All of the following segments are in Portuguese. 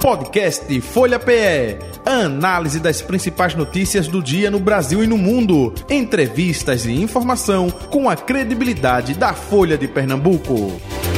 Podcast Folha PE. A análise das principais notícias do dia no Brasil e no mundo. Entrevistas e informação com a credibilidade da Folha de Pernambuco.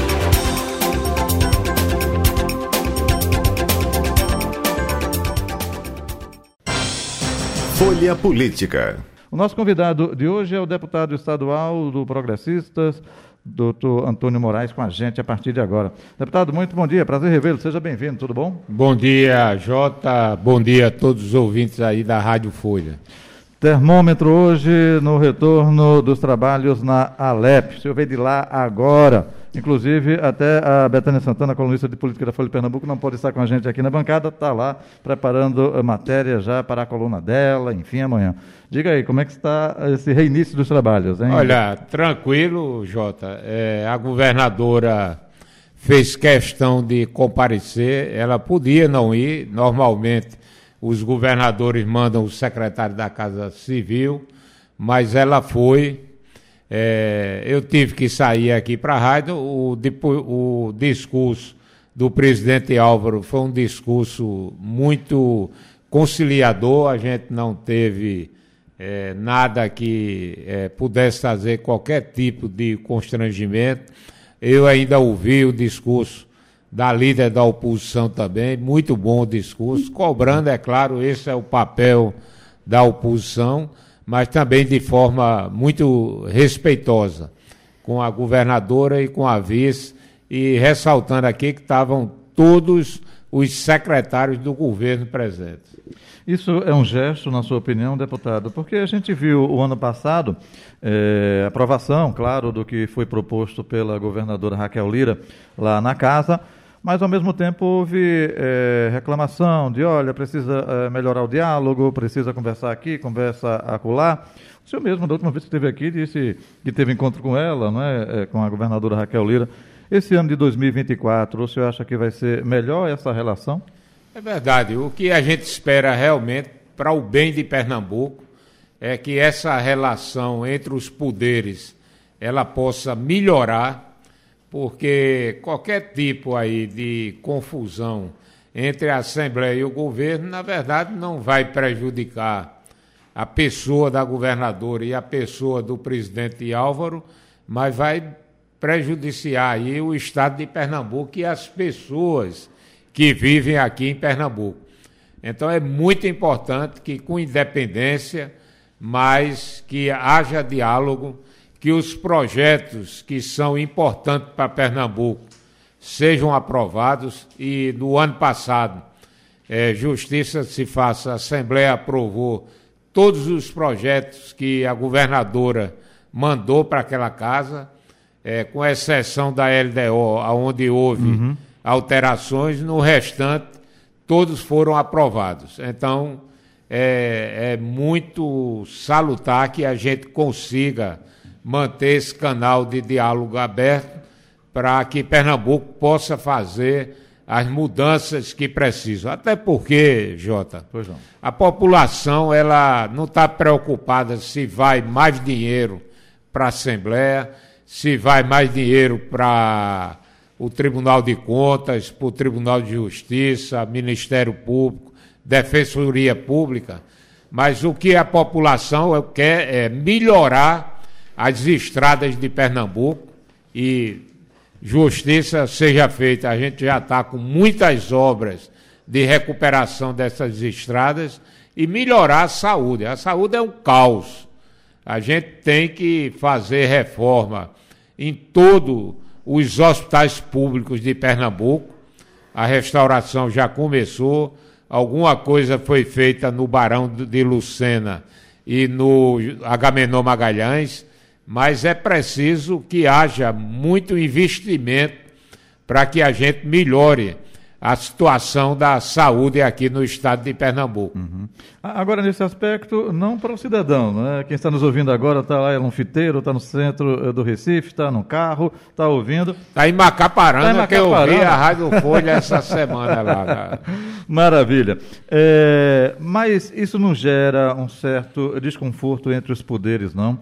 Folha Política. O nosso convidado de hoje é o deputado estadual do Progressistas, Dr. Antônio Moraes, com a gente a partir de agora. Deputado, muito bom dia, prazer revê-lo, seja bem-vindo, tudo bom? Bom dia, Jota, bom dia a todos os ouvintes aí da Rádio Folha. Termômetro hoje no retorno dos trabalhos na Alep, o senhor veio de lá agora, inclusive até a Betânia Santana, colunista de política da Folha de Pernambuco, não pode estar com a gente aqui na bancada, está lá preparando a matéria já para a coluna dela, enfim, amanhã. Diga aí, como é que está esse reinício dos trabalhos, hein? Olha, tranquilo, Jota, a governadora fez questão de comparecer, ela podia não ir, normalmente os governadores mandam o secretário da Casa Civil, mas ela foi. Eu tive que sair aqui para a rádio. O discurso do presidente Álvaro foi um discurso muito conciliador, a gente não teve nada que pudesse trazer qualquer tipo de constrangimento. Eu ainda ouvi o discurso da líder da oposição também, muito bom o discurso, cobrando, é claro, esse é o papel da oposição, mas também de forma muito respeitosa com a governadora e com a vice, e ressaltando aqui que estavam todos os secretários do governo presentes. Isso é um gesto, na sua opinião, deputado, porque a gente viu o ano passado aprovação, claro, do que foi proposto pela governadora Raquel Lira lá na casa, mas, ao mesmo tempo, houve reclamação de, olha, precisa melhorar o diálogo, precisa conversar aqui, conversa acolá. O senhor mesmo, da última vez que esteve aqui, disse que teve encontro com ela, não é? Com a governadora Raquel Lira. Esse ano de 2024, o senhor acha que vai ser melhor essa relação? É verdade. O que a gente espera realmente, para o bem de Pernambuco, é que essa relação entre os poderes ela possa melhorar, porque qualquer tipo aí de confusão entre a Assembleia e o governo, na verdade, não vai prejudicar a pessoa da governadora e a pessoa do presidente Álvaro, mas vai prejudiciar aí o estado de Pernambuco e as pessoas que vivem aqui em Pernambuco. Então é muito importante que, com independência, mas que haja diálogo, que os projetos que são importantes para Pernambuco sejam aprovados. E no ano passado, justiça se faça, a Assembleia aprovou todos os projetos que a governadora mandou para aquela casa, com exceção da LDO, onde houve alterações, no restante todos foram aprovados. Então é muito salutar que a gente consiga manter esse canal de diálogo aberto para que Pernambuco possa fazer as mudanças que precisam. Até porque, Jota, a população ela não está preocupada se vai mais dinheiro para a Assembleia, se vai mais dinheiro para o Tribunal de Contas, para o Tribunal de Justiça, Ministério Público, Defensoria Pública, mas o que a população quer é melhorar as estradas de Pernambuco e justiça seja feita. A gente já está com muitas obras de recuperação dessas estradas e melhorar a saúde. A saúde é um caos. A gente tem que fazer reforma em todos os hospitais públicos de Pernambuco. A restauração já começou, alguma coisa foi feita no Barão de Lucena e no Agamenon Magalhães, mas é preciso que haja muito investimento para que a gente melhore a situação da saúde aqui no estado de Pernambuco. Agora, nesse aspecto, não para o cidadão, né? Quem está nos ouvindo agora está lá no fiteiro, está no centro do Recife, está no carro, está ouvindo. Está em Macaparana, que eu ouvi a Rádio Folha essa semana lá. Maravilha. Mas isso não gera um certo desconforto entre os poderes, não?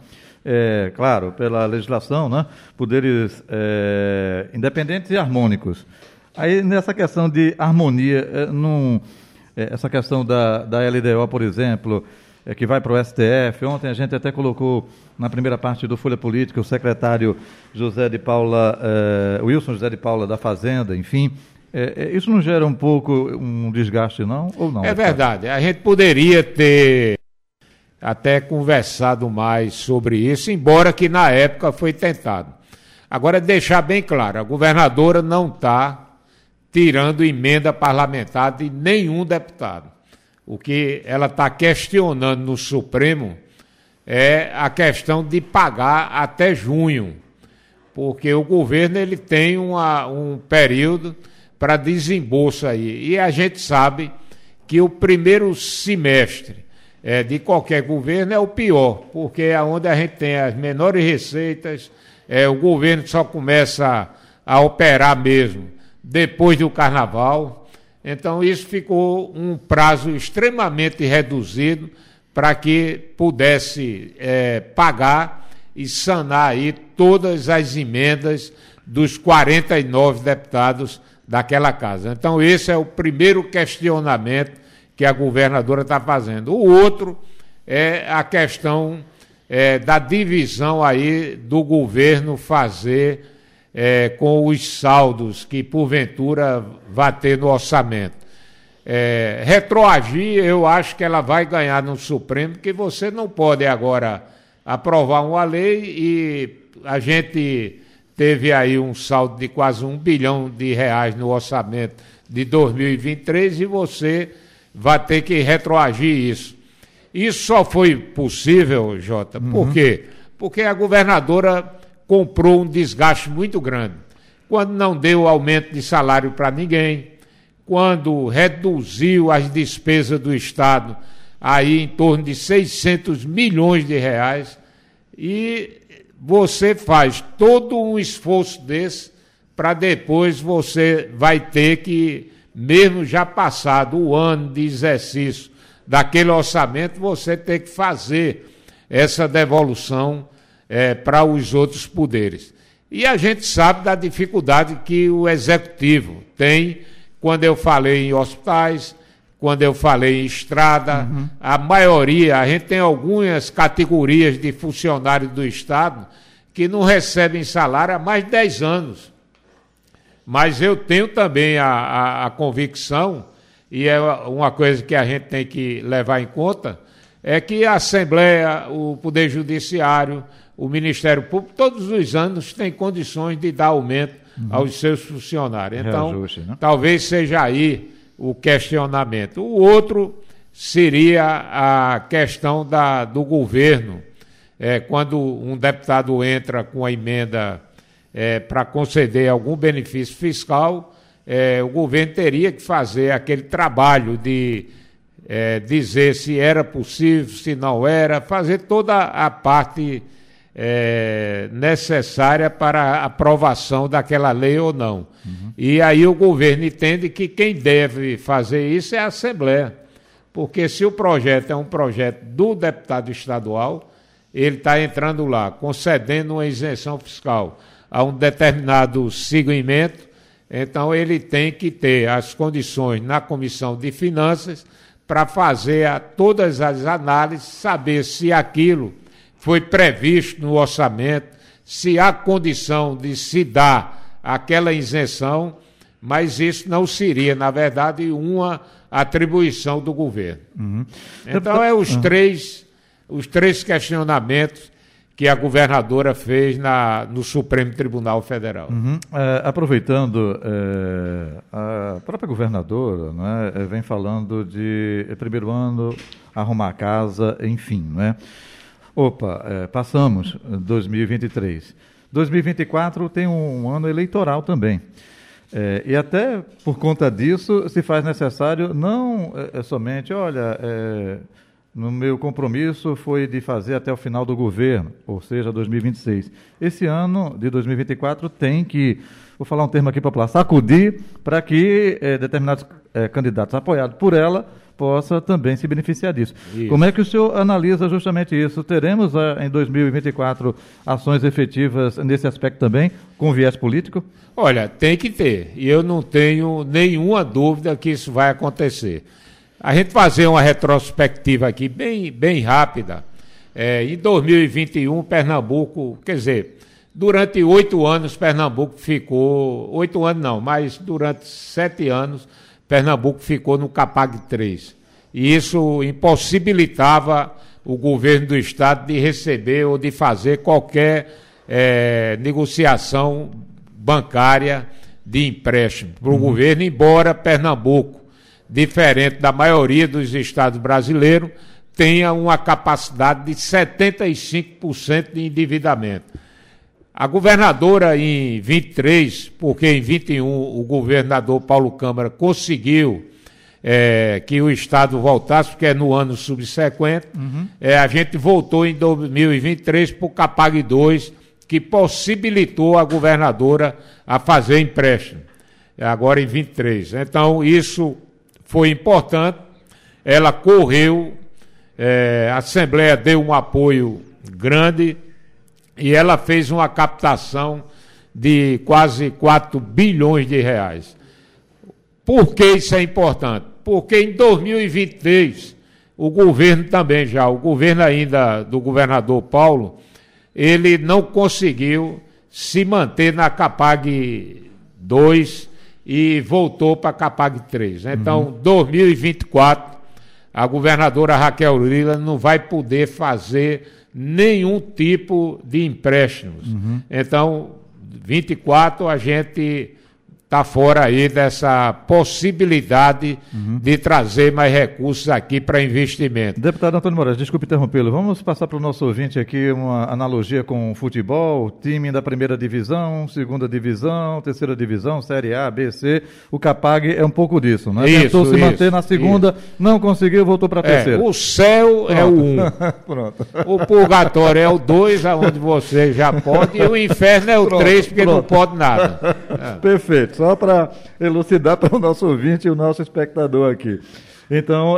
Claro, pela legislação, né? Poderes independentes e harmônicos. Aí, nessa questão de harmonia, essa questão da LDO, por exemplo, que vai para o STF, ontem a gente até colocou na primeira parte do Folha Política o secretário Wilson José de Paula da Fazenda, enfim, isso não gera um pouco um desgaste, não? Ou não? É verdade, a gente poderia ter até conversado mais sobre isso, embora que na época foi tentado. Agora, deixar bem claro, a governadora não está tirando emenda parlamentar de nenhum deputado. O que ela está questionando no Supremo é a questão de pagar até junho, porque o governo ele tem um período para desembolso aí. E a gente sabe que o primeiro semestre de qualquer governo é o pior, porque é onde a gente tem as menores receitas, o governo só começa a operar mesmo depois do carnaval. Então, isso ficou um prazo extremamente reduzido para que pudesse pagar e sanar aí todas as emendas dos 49 deputados daquela casa. Então, esse é o primeiro questionamento que a governadora está fazendo. O outro é a questão da divisão aí do governo fazer com os saldos que, porventura, vai ter no orçamento. Retroagir, eu acho que ela vai ganhar no Supremo, porque você não pode agora aprovar uma lei e a gente teve aí um saldo de quase R$1 bilhão no orçamento de 2023 e você vai ter que retroagir isso. Isso só foi possível, Jota, por quê? Porque a governadora comprou um desgaste muito grande. Quando não deu aumento de salário para ninguém, quando reduziu as despesas do Estado aí em torno de R$600 milhões, e você faz todo um esforço desse para depois você vai ter que, mesmo já passado o ano de exercício daquele orçamento, você tem que fazer essa devolução para os outros poderes. E a gente sabe da dificuldade que o Executivo tem quando eu falei em hospitais, quando eu falei em estrada. A maioria, a gente tem algumas categorias de funcionários do Estado que não recebem salário há mais de 10 anos. Mas eu tenho também a convicção, e é uma coisa que a gente tem que levar em conta, é que a Assembleia, o Poder Judiciário, o Ministério Público, todos os anos têm condições de dar aumento aos seus funcionários. Então, reajuste, né? Talvez seja aí o questionamento. O outro seria a questão do governo. Quando um deputado entra com a emenda para conceder algum benefício fiscal, o governo teria que fazer aquele trabalho de dizer se era possível, se não era, fazer toda a parte necessária para a aprovação daquela lei ou não. E aí o governo entende que quem deve fazer isso é a Assembleia, porque se o projeto é um projeto do deputado estadual, ele está entrando lá, concedendo uma isenção fiscal a um determinado segmento, então ele tem que ter as condições na Comissão de Finanças para fazer todas as análises, saber se aquilo foi previsto no orçamento, se há condição de se dar aquela isenção, mas isso não seria, na verdade, uma atribuição do governo. Então, os três questionamentos que a governadora fez no Supremo Tribunal Federal. Aproveitando, a própria governadora, né, vem falando de primeiro ano, arrumar a casa, enfim, né? Passamos 2023. 2024 tem um ano eleitoral também. E até por conta disso se faz necessário não somente, no meu compromisso foi de fazer até o final do governo, ou seja, 2026. Esse ano de 2024 tem que, vou falar um termo aqui popular, sacudir para que determinados candidatos apoiados por ela possa também se beneficiar disso. Isso. Como é que o senhor analisa justamente isso? Teremos em 2024 ações efetivas nesse aspecto também, com viés político? Olha, tem que ter, e eu não tenho nenhuma dúvida que isso vai acontecer. A gente fazer uma retrospectiva aqui bem rápida, em 2021, Pernambuco, quer dizer, durante 8 anos, Pernambuco ficou, 8 anos não, mas durante 7 anos, Pernambuco ficou no Capag 3. E isso impossibilitava o governo do estado de receber ou de fazer qualquer negociação bancária de empréstimo para o governo, embora Pernambuco, diferente da maioria dos estados brasileiros, tenha uma capacidade de 75% de endividamento. A governadora em 23, porque em 21 o governador Paulo Câmara conseguiu que o estado voltasse, porque é no ano subsequente, a gente voltou em 2023 para o Capag 2, que possibilitou a governadora a fazer empréstimo, agora em 23. Então, isso foi importante, ela correu, a Assembleia deu um apoio grande e ela fez uma captação de quase 4 bilhões de reais. Por que isso é importante? Porque em 2023, o governo também o governo ainda do governador Paulo, ele não conseguiu se manter na Capag 2 e voltou para a Capag 3. Então, 2024, a governadora Raquel Lira não vai poder fazer nenhum tipo de empréstimos. Então, 24, a gente está fora aí dessa possibilidade de trazer mais recursos aqui para investimento. Deputado Antônio Moraes, desculpe interrompê-lo. Vamos passar para o nosso ouvinte aqui uma analogia com o futebol, time da primeira divisão, segunda divisão, terceira divisão, Série A, B, C. O Capag é um pouco disso, né? Tentou se manter na segunda, não conseguiu, voltou para a terceira. O céu é o 1. Pronto. O purgatório é o 2, aonde você já pode, e o inferno é o 3, porque não pode nada. Perfeito. Só para elucidar para o nosso ouvinte e o nosso espectador aqui. Então,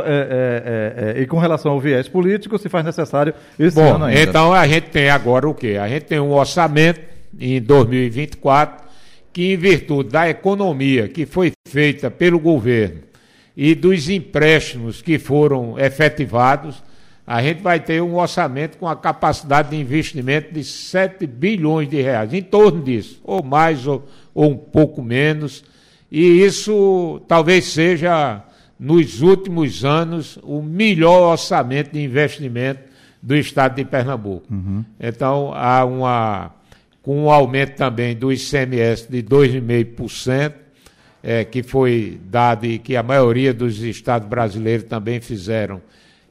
e com relação ao viés político, se faz necessário esse ano ainda. Então a gente tem agora o quê? A gente tem um orçamento em 2024 que, em virtude da economia que foi feita pelo governo e dos empréstimos que foram efetivados, a gente vai ter um orçamento com a capacidade de investimento de 7 bilhões de reais, em torno disso, ou mais ou um pouco menos, e isso talvez seja, nos últimos anos, o melhor orçamento de investimento do estado de Pernambuco. Então, com um aumento também do ICMS de 2,5%, que foi dado e que a maioria dos estados brasileiros também fizeram,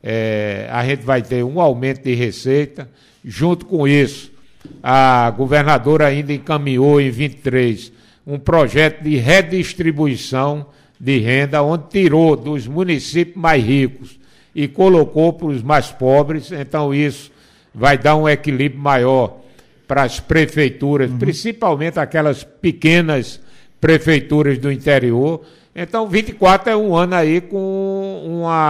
a gente vai ter um aumento de receita. Junto com isso, a governadora ainda encaminhou em 23 um projeto de redistribuição de renda, onde tirou dos municípios mais ricos e colocou para os mais pobres. Então isso vai dar um equilíbrio maior para as prefeituras, principalmente aquelas pequenas prefeituras do interior. Então 24 é um ano aí com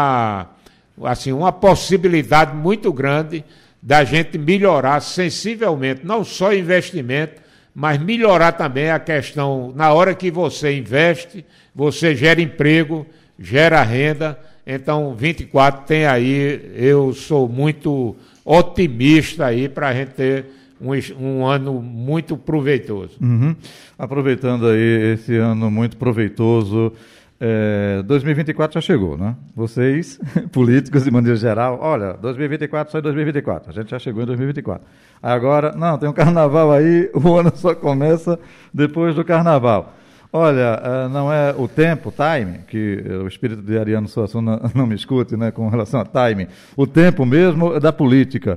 uma possibilidade muito grande da gente melhorar sensivelmente, não só investimento, mas melhorar também a questão, na hora que você investe, você gera emprego, gera renda. Então 24 tem aí, eu sou muito otimista aí para a gente ter um ano muito proveitoso. Aproveitando aí esse ano muito proveitoso, 2024 já chegou, né? Vocês, políticos de maneira geral, olha, 2024 só em 2024, a gente já chegou em 2024. Agora, não, tem um carnaval aí, o ano só começa depois do carnaval. Olha, não é o tempo, time, que o espírito de Ariano Suassuna não me escute, né, com relação a time, o tempo mesmo da política.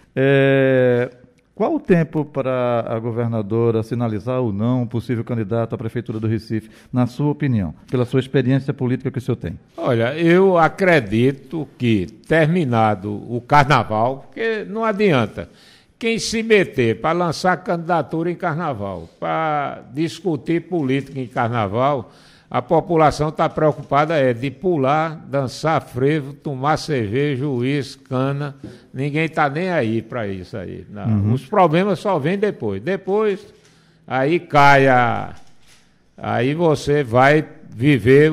Qual o tempo para a governadora sinalizar ou não um possível candidato à Prefeitura do Recife, na sua opinião, pela sua experiência política que o senhor tem? Olha, eu acredito que, terminado o carnaval, porque não adianta, quem se meter para lançar candidatura em carnaval, para discutir política em carnaval, a população está preocupada de pular, dançar frevo, tomar cerveja, uísque, cana. Ninguém está nem aí para isso aí. Os problemas só vêm depois. Depois, aí cai aí você vai viver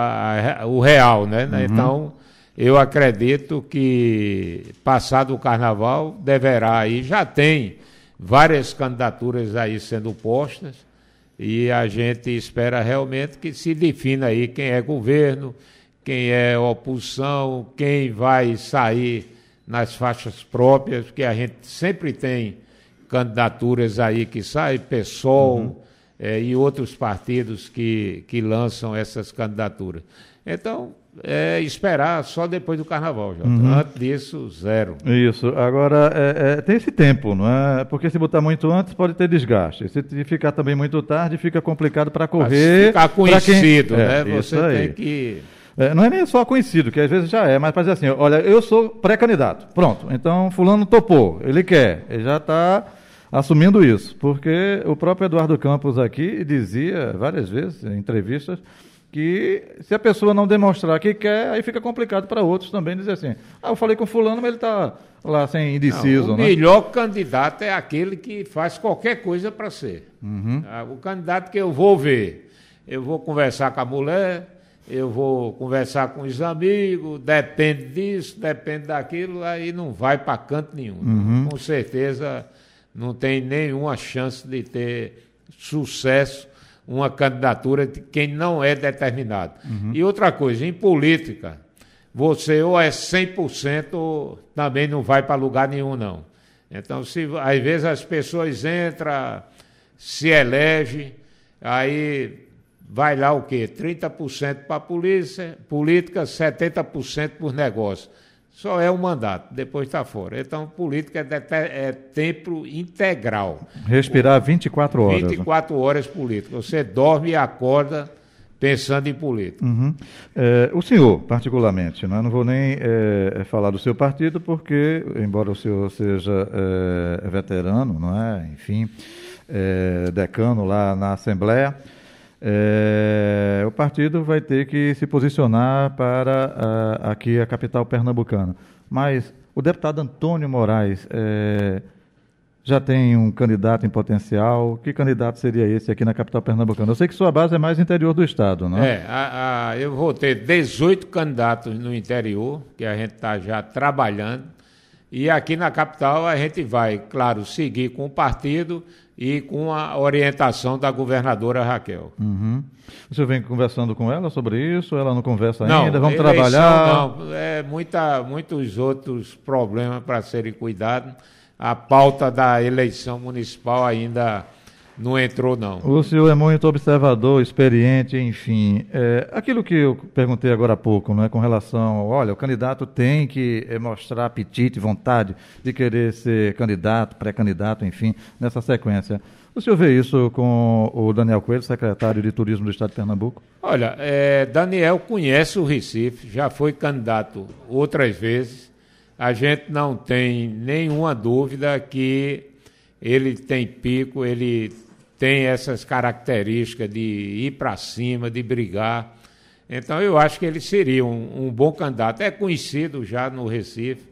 o real, né? Então, eu acredito que, passado o carnaval, deverá aí, já tem várias candidaturas aí sendo postas, e a gente espera realmente que se defina aí quem é governo, quem é oposição, quem vai sair nas faixas próprias, porque a gente sempre tem candidaturas aí que saem, PSOL e outros partidos que lançam essas candidaturas. Então, esperar só depois do carnaval, Jota. Antes disso, zero. Isso. Agora, tem esse tempo, não é? Porque se botar muito antes, pode ter desgaste. Se ficar também muito tarde, fica complicado para correr. Ficar conhecido, né? Você tem que... não é nem só conhecido, que às vezes já é, mas para dizer assim, olha, eu sou pré-candidato. Pronto. Então, fulano topou. Ele quer. Ele já está assumindo isso. Porque o próprio Eduardo Campos aqui dizia várias vezes em entrevistas que se a pessoa não demonstrar que quer, aí fica complicado para outros também dizer assim, eu falei com fulano, mas ele está lá sem indeciso. O melhor candidato é aquele que faz qualquer coisa para ser. O candidato que eu vou ver, eu vou conversar com a mulher, eu vou conversar com os amigos, depende disso, depende daquilo, aí não vai para canto nenhum. Com certeza não tem nenhuma chance de ter sucesso uma candidatura de quem não é determinado. E outra coisa, em política, você ou é 100% ou também não vai para lugar nenhum, não. Então, às vezes as pessoas entram, se elegem, aí vai lá o quê? 30% para a política, 70% por negócio. Só é um mandato, depois está fora. Então, política é tempo integral. Respirar 24 horas. 24 horas política. Você dorme e acorda pensando em política. O senhor, particularmente, não vou nem falar do seu partido, porque, embora o senhor seja veterano, não é? Enfim, decano lá na Assembleia, o partido vai ter que se posicionar para aqui a capital pernambucana. Mas o deputado Antônio Moraes já tem um candidato em potencial. Que candidato seria esse aqui na capital pernambucana? Eu sei que sua base é mais interior do estado, não é? Eu vou ter 18 candidatos no interior, que a gente está já trabalhando. E aqui na capital a gente vai, claro, seguir com o partido e com a orientação da governadora Raquel. O senhor vem conversando com ela sobre isso? Ela não conversa não, ainda? Vamos eleição, trabalhar? Não, muitos outros problemas para serem cuidados. A pauta da eleição municipal ainda não entrou, não. O senhor é muito observador, experiente, enfim. Aquilo que eu perguntei agora há pouco, não é, com relação, olha, o candidato tem que mostrar apetite, vontade de querer ser candidato, pré-candidato, enfim, nessa sequência. O senhor vê isso com o Daniel Coelho, secretário de Turismo do Estado de Pernambuco? Olha, Daniel conhece o Recife, já foi candidato outras vezes. A gente não tem nenhuma dúvida que ele tem pico, ele tem essas características de ir para cima, de brigar. Então, eu acho que ele seria um bom candidato. É conhecido já no Recife.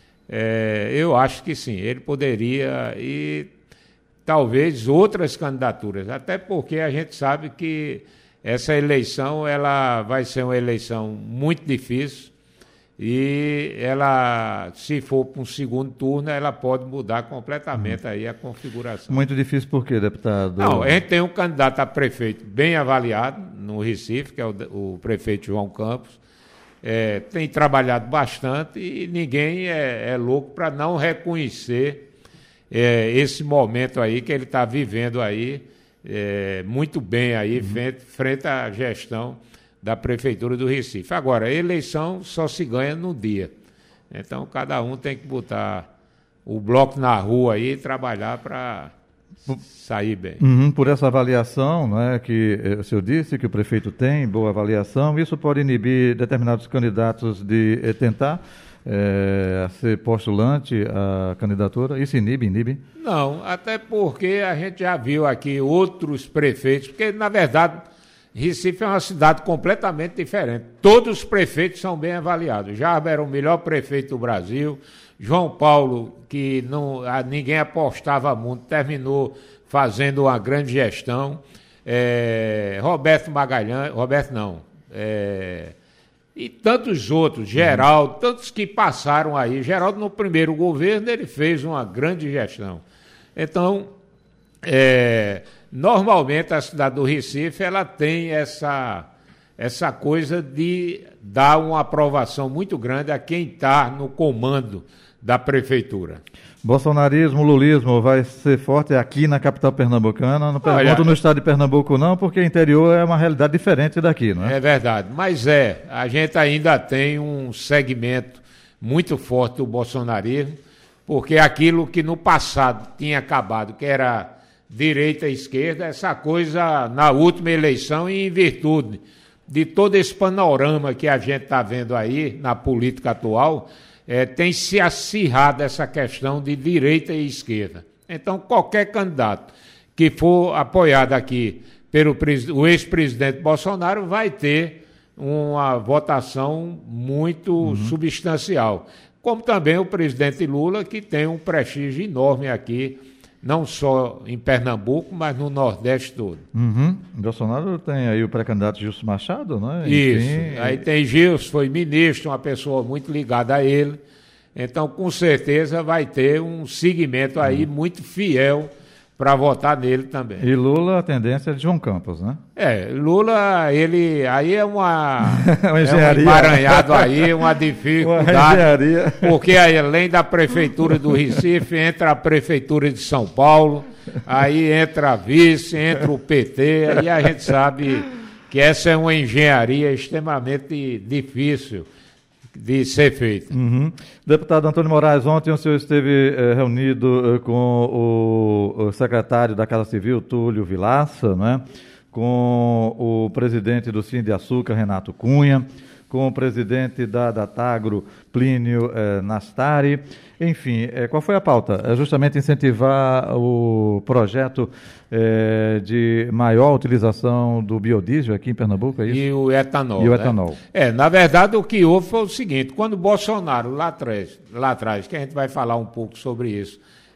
Eu acho que sim, ele poderia e talvez outras candidaturas, até porque a gente sabe que essa eleição ela vai ser uma eleição muito difícil. E ela, se for para um segundo turno, ela pode mudar completamente aí a configuração. Muito difícil por quê, deputado? Não, a gente tem um candidato a prefeito bem avaliado no Recife, que é o prefeito João Campos. Tem trabalhado bastante e ninguém é louco para não reconhecer esse momento aí que ele está vivendo aí, muito bem aí, frente à gestão da Prefeitura do Recife. Agora, a eleição só se ganha no dia. Então, cada um tem que botar o bloco na rua aí e trabalhar para sair bem. Por essa avaliação, né, que o senhor disse que o prefeito tem, boa avaliação, isso pode inibir determinados candidatos de tentar ser postulante à candidatura? Isso inibe? Não, até porque a gente já viu aqui outros prefeitos, porque, na verdade, Recife é uma cidade completamente diferente. Todos os prefeitos são bem avaliados. Jarba era o melhor prefeito do Brasil. João Paulo, que ninguém apostava muito, terminou fazendo uma grande gestão. Roberto Magalhães, e tantos outros, Geraldo, tantos que passaram aí. Geraldo, no primeiro governo, ele fez uma grande gestão. Então, normalmente a cidade do Recife ela tem essa coisa de dar uma aprovação muito grande a quem está no comando da prefeitura. Bolsonarismo, lulismo vai ser forte aqui na capital pernambucana? Não pergunto no estado de Pernambuco não, porque interior é uma realidade diferente daqui, não é? É verdade, mas a gente ainda tem um segmento muito forte do bolsonarismo, porque aquilo que no passado tinha acabado, que era direita e esquerda, essa coisa na última eleição, e em virtude de todo esse panorama que a gente está vendo aí na política atual, tem se acirrado essa questão de direita e esquerda. Então, qualquer candidato que for apoiado aqui pelo ex-presidente Bolsonaro vai ter uma votação muito substancial. Como também o presidente Lula, que tem um prestígio enorme aqui, não só em Pernambuco, mas no Nordeste todo. Bolsonaro tem aí o pré-candidato Gilson Machado, né? Isso. Aí tem Gilson, foi ministro, uma pessoa muito ligada a ele. Então, com certeza, vai ter um segmento aí muito fiel para votar nele também. E Lula, a tendência é de João Campos, né? Lula, ele aí é uma engenharia. Um emaranhado aí, uma dificuldade. Uma engenharia. Porque aí, além da prefeitura do Recife, entra a prefeitura de São Paulo, aí entra a vice, entra o PT, aí a gente sabe que essa é uma engenharia extremamente difícil de ser feita. Deputado Antônio Moraes, ontem o senhor esteve reunido com o secretário da Casa Civil, Túlio Vilaça, né? Com o presidente do Sindiaçuca, Renato Cunha, com o presidente da Datagro, Plínio Nastari. Enfim, qual foi a pauta? É justamente incentivar o projeto de maior utilização do biodiesel aqui em Pernambuco, é isso? E o etanol. Etanol. Na verdade, o que houve foi o seguinte: quando o Bolsonaro, lá atrás, que a gente vai falar um pouco sobre isso,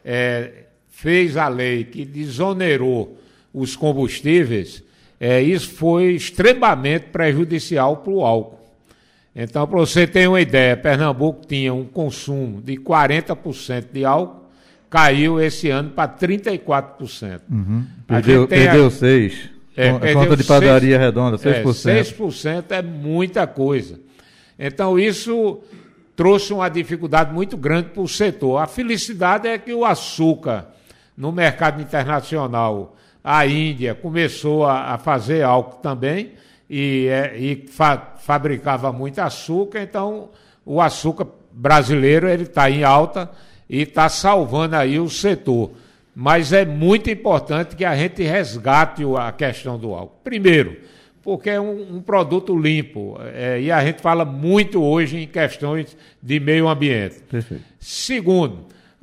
fez a lei que desonerou os combustíveis, isso foi extremamente prejudicial para o álcool. Então, para você ter uma ideia, Pernambuco tinha um consumo de 40% de álcool, caiu esse ano para 34%. Perdeu 6%. Conta de padaria redonda, 6%. 6% é muita coisa. Então, isso trouxe uma dificuldade muito grande para o setor. A felicidade é que o açúcar, no mercado internacional, a Índia começou a fazer álcool também, e fabricava muito açúcar, então o açúcar brasileiro está em alta e está salvando aí o setor. Mas é muito importante que a gente resgate a questão do álcool. Primeiro, porque é um produto limpo, e a gente fala muito hoje em questões de meio ambiente. Perfeito. Segundo,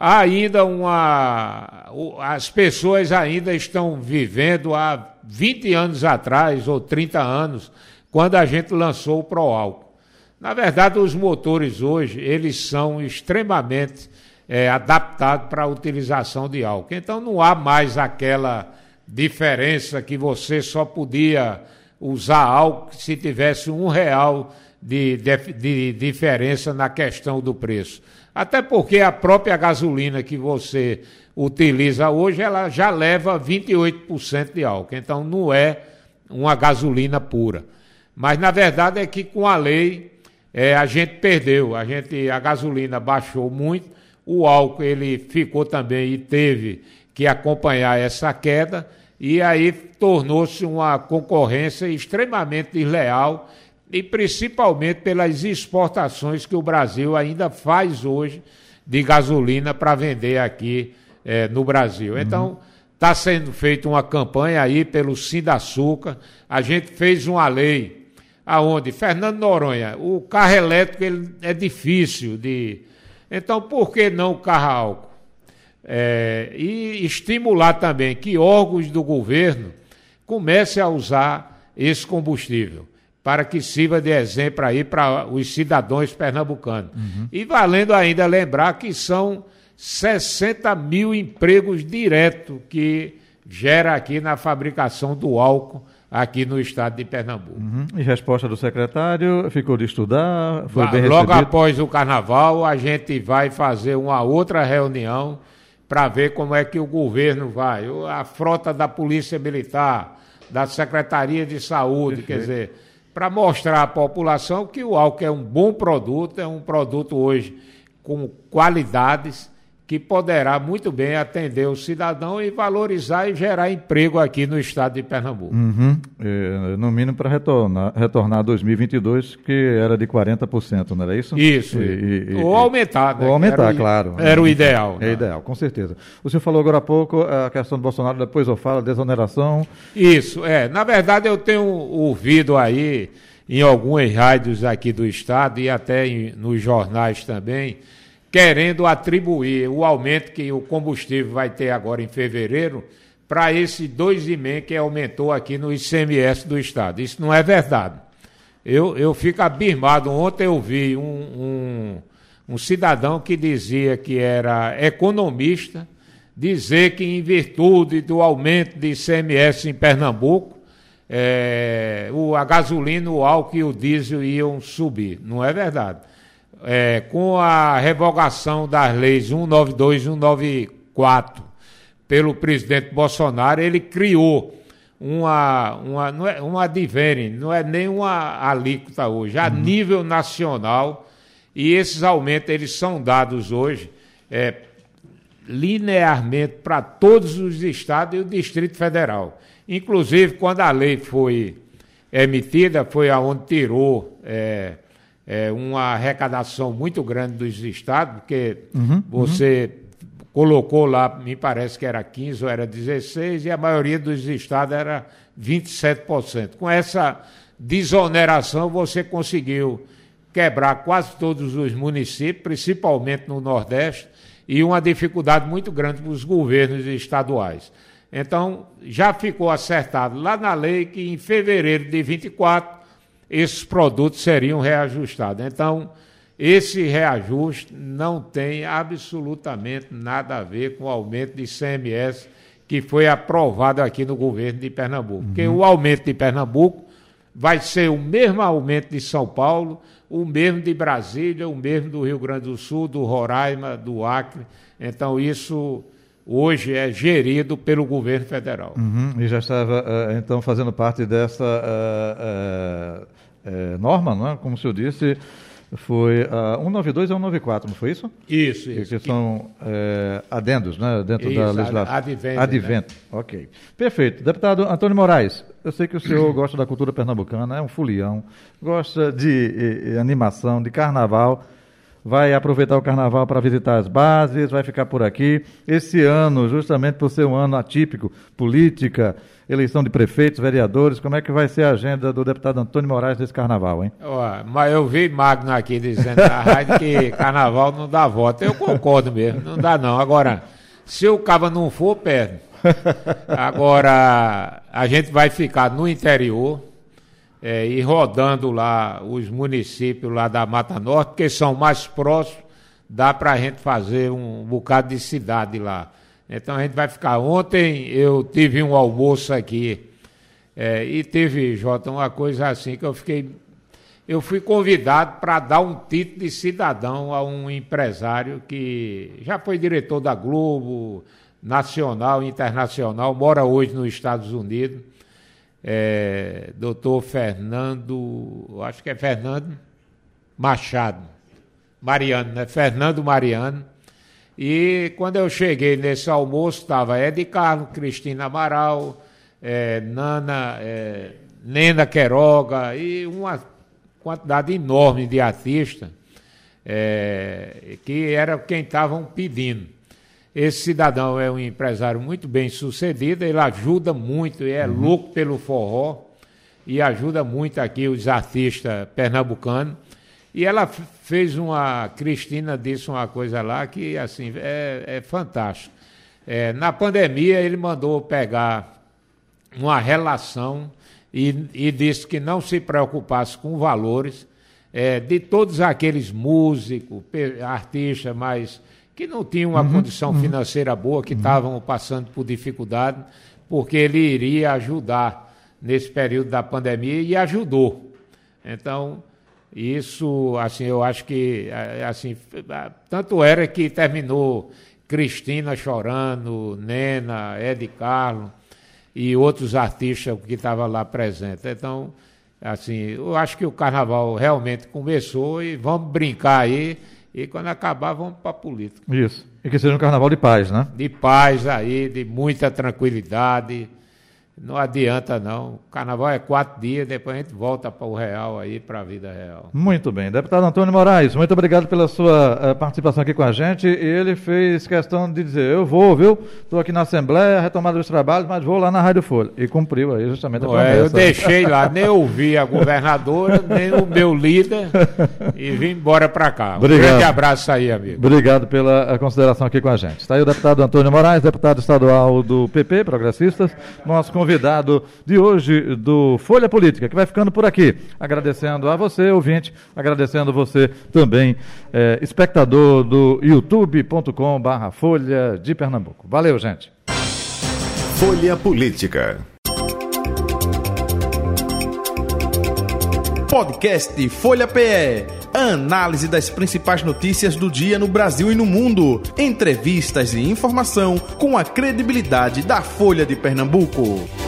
as pessoas ainda estão vivendo há 20 anos atrás, ou 30 anos, quando a gente lançou o Proálcool. Na verdade, os motores hoje, eles são extremamente adaptados para a utilização de álcool. Então, não há mais aquela diferença que você só podia usar álcool se tivesse R$1 de diferença na questão do preço. Até porque a própria gasolina que você utiliza hoje, ela já leva 28% de álcool. Então, não é uma gasolina pura. Mas, na verdade, é que com a lei a gente perdeu. A gasolina baixou muito, o álcool ele ficou também e teve que acompanhar essa queda, e aí tornou-se uma concorrência extremamente desleal, e principalmente pelas exportações que o Brasil ainda faz hoje de gasolina para vender aqui no Brasil. Então, está sendo feita uma campanha aí pelo Sindiaçuca. A gente fez uma lei aonde, Fernando Noronha, o carro elétrico ele é difícil de... Então, por que não o carro a álcool? E estimular também que órgãos do governo comecem a usar esse combustível, para que sirva de exemplo aí para os cidadãos pernambucanos. E valendo ainda lembrar que são 60 mil empregos diretos que gera aqui na fabricação do álcool aqui no estado de Pernambuco. E resposta do secretário, ficou de estudar, foi bem Logo recebido? após o carnaval, a gente vai fazer uma outra reunião para ver como é que o governo vai, a frota da Polícia Militar, da Secretaria de Saúde, quer dizer, para mostrar à população que o álcool é um bom produto, é um produto hoje com qualidades, que poderá muito bem atender o cidadão e valorizar e gerar emprego aqui no estado de Pernambuco. No mínimo para retornar a 2022, que era de 40%, não era isso? Isso. Ou aumentar, né? Ou aumentar, claro. Era o ideal. É ideal, com certeza. O senhor falou agora há pouco a questão do Bolsonaro, depois eu falo, desoneração. Isso, na verdade eu tenho ouvido aí em algumas rádios aqui do estado e até nos jornais também, querendo atribuir o aumento que o combustível vai ter agora em fevereiro para esse 2,5% que aumentou aqui no ICMS do estado. Isso não é verdade. Eu fico abismado. Ontem eu vi um cidadão que dizia que era economista, dizer que em virtude do aumento de ICMS em Pernambuco, a gasolina, o álcool e o diesel iam subir. Não é verdade. Com a revogação das leis 192 e 194 pelo presidente Bolsonaro, ele criou uma advênio, não é nem uma alíquota hoje, a nível nacional, e esses aumentos eles são dados hoje linearmente para todos os estados e o Distrito Federal. Inclusive, quando a lei foi emitida, foi aonde tirou uma arrecadação muito grande dos estados, porque você colocou lá, me parece que era 15% ou era 16%, e a maioria dos estados era 27%. Com essa desoneração, você conseguiu quebrar quase todos os municípios, principalmente no Nordeste, e uma dificuldade muito grande para os governos estaduais. Então, já ficou acertado lá na lei que em fevereiro de 24 esses produtos seriam reajustados. Então, esse reajuste não tem absolutamente nada a ver com o aumento de ICMS que foi aprovado aqui no governo de Pernambuco. Porque o aumento de Pernambuco vai ser o mesmo aumento de São Paulo, o mesmo de Brasília, o mesmo do Rio Grande do Sul, do Roraima, do Acre. Então, isso hoje é gerido pelo governo federal. E já estava, então, fazendo parte dessa norma, não é? Como o senhor disse, foi a 192 e 194, não foi isso? Isso. Que são adendos, né? Dentro da legislação. Advento. Né? Ok. Perfeito. Deputado Antônio Moraes, eu sei que o senhor gosta da cultura pernambucana, é um fulião, gosta de animação, de carnaval. Vai aproveitar o carnaval para visitar as bases, vai ficar por aqui. Esse ano, justamente por ser um ano atípico, política, eleição de prefeitos, vereadores, como é que vai ser a agenda do deputado Antônio Moraes desse carnaval, hein? Mas eu vi Magno aqui dizendo na rádio que carnaval não dá voto. Eu concordo mesmo, não dá não. Agora, se o cabo não for, perde. Agora, a gente vai ficar no interior, e rodando lá os municípios lá da Mata Norte, porque são mais próximos, dá para a gente fazer um bocado de cidade lá. Então a gente vai ficar. Ontem eu tive um almoço aqui, e teve, Jota, uma coisa assim que eu fui convidado para dar um título de cidadão a um empresário que já foi diretor da Globo, nacional e internacional, mora hoje nos Estados Unidos. Doutor Fernando, acho que é Fernando Machado, Mariano, né? Fernando Mariano. E quando eu cheguei nesse almoço, estava Ed Carlos, Cristina Amaral, Nena Queiroga e uma quantidade enorme de artistas que era quem estavam pedindo. Esse cidadão é um empresário muito bem sucedido, ele ajuda muito, é louco pelo forró e ajuda muito aqui os artistas pernambucanos. E ela fez Cristina disse uma coisa lá que assim, é fantástico. Na pandemia ele mandou pegar uma relação e disse que não se preocupasse com valores de todos aqueles músicos, artistas, mas que não tinham uma condição financeira boa, que estavam passando por dificuldade, porque ele iria ajudar nesse período da pandemia e ajudou. Então, isso, assim, eu acho que, assim, tanto era que terminou Cristina chorando, Nena, Ed Carlos e outros artistas que estavam lá presentes. Então, assim, eu acho que o carnaval realmente começou e vamos brincar aí, e quando acabar vamos para a política. Isso, e que seja um carnaval de paz, né? De paz aí, de muita tranquilidade. Não adianta não, o carnaval é 4 dias, depois a gente volta para o real aí, para a vida real. Muito bem, deputado Antônio Moraes, muito obrigado pela sua participação aqui com a gente, e ele fez questão de dizer, eu vou, viu, estou aqui na Assembleia, retomada dos trabalhos, mas vou lá na Rádio Folha, e cumpriu aí justamente a promessa. Eu deixei lá, nem ouvi a governadora, nem o meu líder, e vim embora para cá. Obrigado. Um grande abraço aí, amigo. Obrigado pela consideração aqui com a gente. Está aí o deputado Antônio Moraes, deputado estadual do PP, Progressistas, nosso convidado de hoje do Folha Política, que vai ficando por aqui. Agradecendo a você, ouvinte, agradecendo você também, espectador do youtube.com/Folha de Pernambuco. Valeu, gente. Folha Política. Podcast Folha PE. Análise das principais notícias do dia no Brasil e no mundo. Entrevistas e informação com a credibilidade da Folha de Pernambuco.